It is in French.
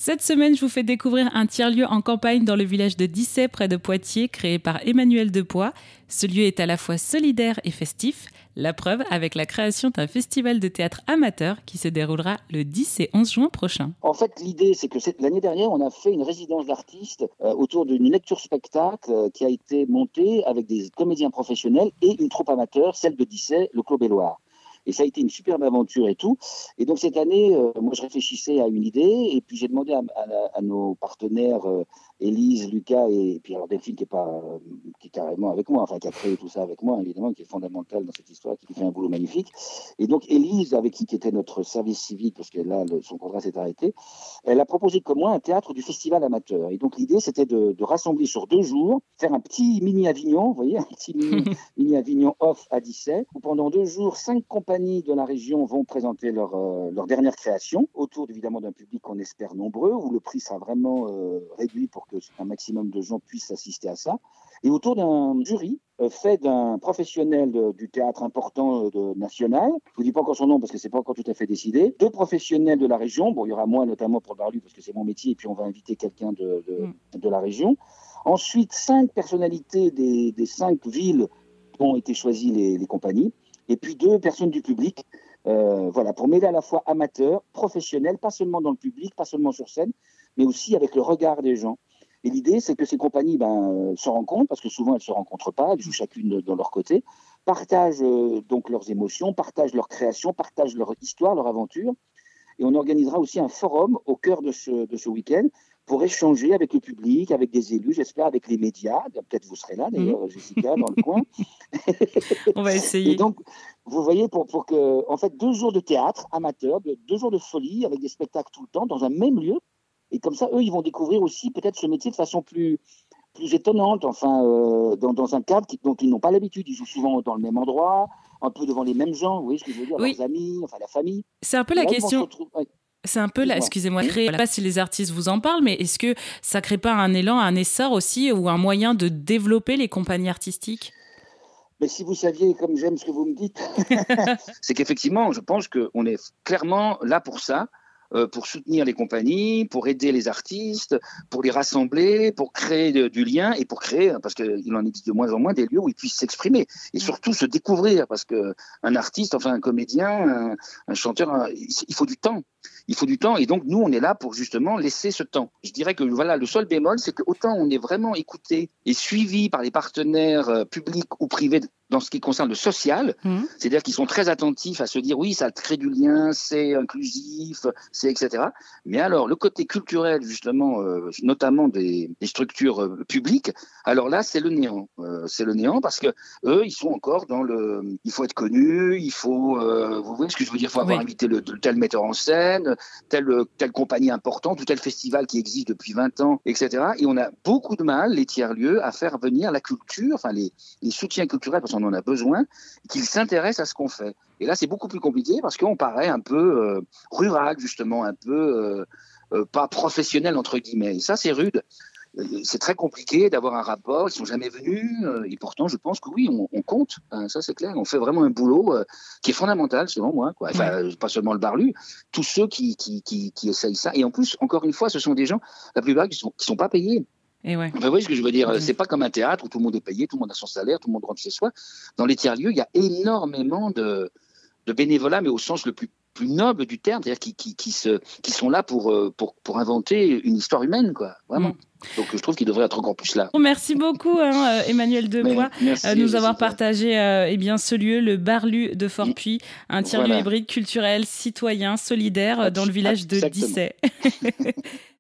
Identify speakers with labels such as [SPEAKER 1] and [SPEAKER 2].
[SPEAKER 1] Cette semaine, je vous fais découvrir un tiers-lieu en campagne dans le village de Dissay, près de Poitiers, créé par Emmanuel Depoix. Ce lieu est à la fois solidaire et festif. La preuve avec la création d'un festival de théâtre amateur qui se déroulera le 10 et 11 juin prochain.
[SPEAKER 2] En fait, l'idée, c'est que l'année dernière, on a fait une résidence d'artistes autour d'une lecture-spectacle qui a été montée avec des comédiens professionnels et une troupe amateur, celle de Dissay, le Clos Belloir. Et ça a été une superbe aventure et tout. Et donc cette année, moi je réfléchissais à une idée et puis j'ai demandé à nos partenaires, Élise, Lucas et puis alors Delphine qui est carrément avec moi, enfin qui a créé tout ça avec moi évidemment, qui est fondamentale dans cette histoire, qui fait un boulot magnifique. Et donc Élise, avec qui était notre service civique, parce que là son contrat s'est arrêté, elle a proposé comme moi un théâtre du festival amateur. Et donc l'idée c'était de rassembler sur 2 jours, faire un petit mini Avignon, vous voyez, un petit mini Avignon off à Dissay, où pendant 2 jours, 5 compagnies de la région vont présenter leur dernière création, autour évidemment d'un public qu'on espère nombreux, où le prix sera vraiment réduit pour que un maximum de gens puissent assister à ça, et autour d'un jury fait d'un professionnel du théâtre important national. Je ne vous dis pas encore son nom parce que ce n'est pas encore tout à fait décidé. 2 professionnels de la région, bon, il y aura moi notamment pour le Barlu parce que c'est mon métier, et puis on va inviter quelqu'un de la région. Ensuite, 5 personnalités des 5 villes dont ont été choisies les compagnies. Et puis 2 personnes du public, voilà, pour mêler à la fois amateurs, professionnels, pas seulement dans le public, pas seulement sur scène, mais aussi avec le regard des gens. Et l'idée, c'est que ces compagnies se rencontrent, parce que souvent elles ne se rencontrent pas, elles jouent chacune dans leur côté, partagent donc leurs émotions, partagent leurs créations, partagent leur histoire, leur aventure. Et on organisera aussi un forum au cœur de ce week-end pour échanger avec le public, avec des élus, j'espère avec les médias. Peut-être vous serez là d'ailleurs, Jessica, dans le coin.
[SPEAKER 1] On va essayer.
[SPEAKER 2] Et donc, vous voyez, pour que, en fait, 2 jours de théâtre amateur, 2 jours de folie avec des spectacles tout le temps dans un même lieu. Et comme ça, eux, ils vont découvrir aussi peut-être ce métier de façon plus étonnante, enfin, dans un cadre dont ils n'ont pas l'habitude. Ils jouent souvent dans le même endroit, un peu devant les mêmes gens, vous voyez ce que je veux dire,
[SPEAKER 1] oui.
[SPEAKER 2] Leurs amis, enfin la famille.
[SPEAKER 1] C'est un peu la question.
[SPEAKER 2] Ouais.
[SPEAKER 1] C'est un peu là, excusez-moi, je ne sais pas si les artistes vous en parlent, mais est-ce que ça ne crée pas un élan, un essor aussi, ou un moyen de développer les compagnies artistiques ?
[SPEAKER 2] Mais si vous saviez, comme j'aime ce que vous me dites, c'est qu'effectivement, je pense qu'on est clairement là pour ça, pour soutenir les compagnies, pour aider les artistes, pour les rassembler, pour créer du lien et pour créer, parce qu'il en existe de moins en moins, des lieux où ils puissent s'exprimer et surtout se découvrir, parce qu'un artiste, enfin un comédien, un chanteur, il faut du temps. Il faut du temps et donc nous on est là pour justement laisser ce temps. Je dirais que voilà, le seul bémol, c'est que autant on est vraiment écouté et suivi par les partenaires publics ou privés dans ce qui concerne le social, c'est-à-dire qu'ils sont très attentifs à se dire oui, ça crée du lien, c'est inclusif, c'est etc. Mais alors le côté culturel justement, notamment des structures publiques, alors là c'est le néant. C'est le néant parce que eux ils sont encore dans il faut être connu, il faut, vous voyez ce que je veux dire, il faut avoir invité tel metteur en scène, telle compagnie importante ou tel festival qui existe depuis 20 ans, etc. Et on a beaucoup de mal, les tiers-lieux, à faire venir la culture, enfin les soutiens culturels, parce qu'on en a besoin, qu'ils s'intéressent à ce qu'on fait. Et là, c'est beaucoup plus compliqué parce qu'on paraît un peu rural, justement, un peu pas professionnel, entre guillemets. Et ça, c'est rude. C'est très compliqué d'avoir un rapport, ils ne sont jamais venus, et pourtant je pense que oui, on compte, ça c'est clair, on fait vraiment un boulot qui est fondamental selon moi, quoi. Enfin, pas seulement le Barlu, tous ceux qui essayent ça, et en plus, encore une fois, ce sont des gens, la plupart qui sont pas payés.
[SPEAKER 1] Et ouais.
[SPEAKER 2] Enfin, vous voyez ce que je veux dire, c'est pas comme un théâtre où tout le monde est payé, tout le monde a son salaire, tout le monde rentre chez soi. Dans les tiers-lieux, il y a énormément de bénévolat, mais au sens le plus noble du terme, c'est-à-dire qui sont là pour inventer une histoire humaine, quoi, vraiment. Donc je trouve qu'il devrait être encore plus là.
[SPEAKER 1] Merci beaucoup Emmanuel Depoix de nous avoir partagé ce lieu, le Barlu de Fortpuy, un tiers-lieu hybride culturel, citoyen, solidaire dans le village de Dissay.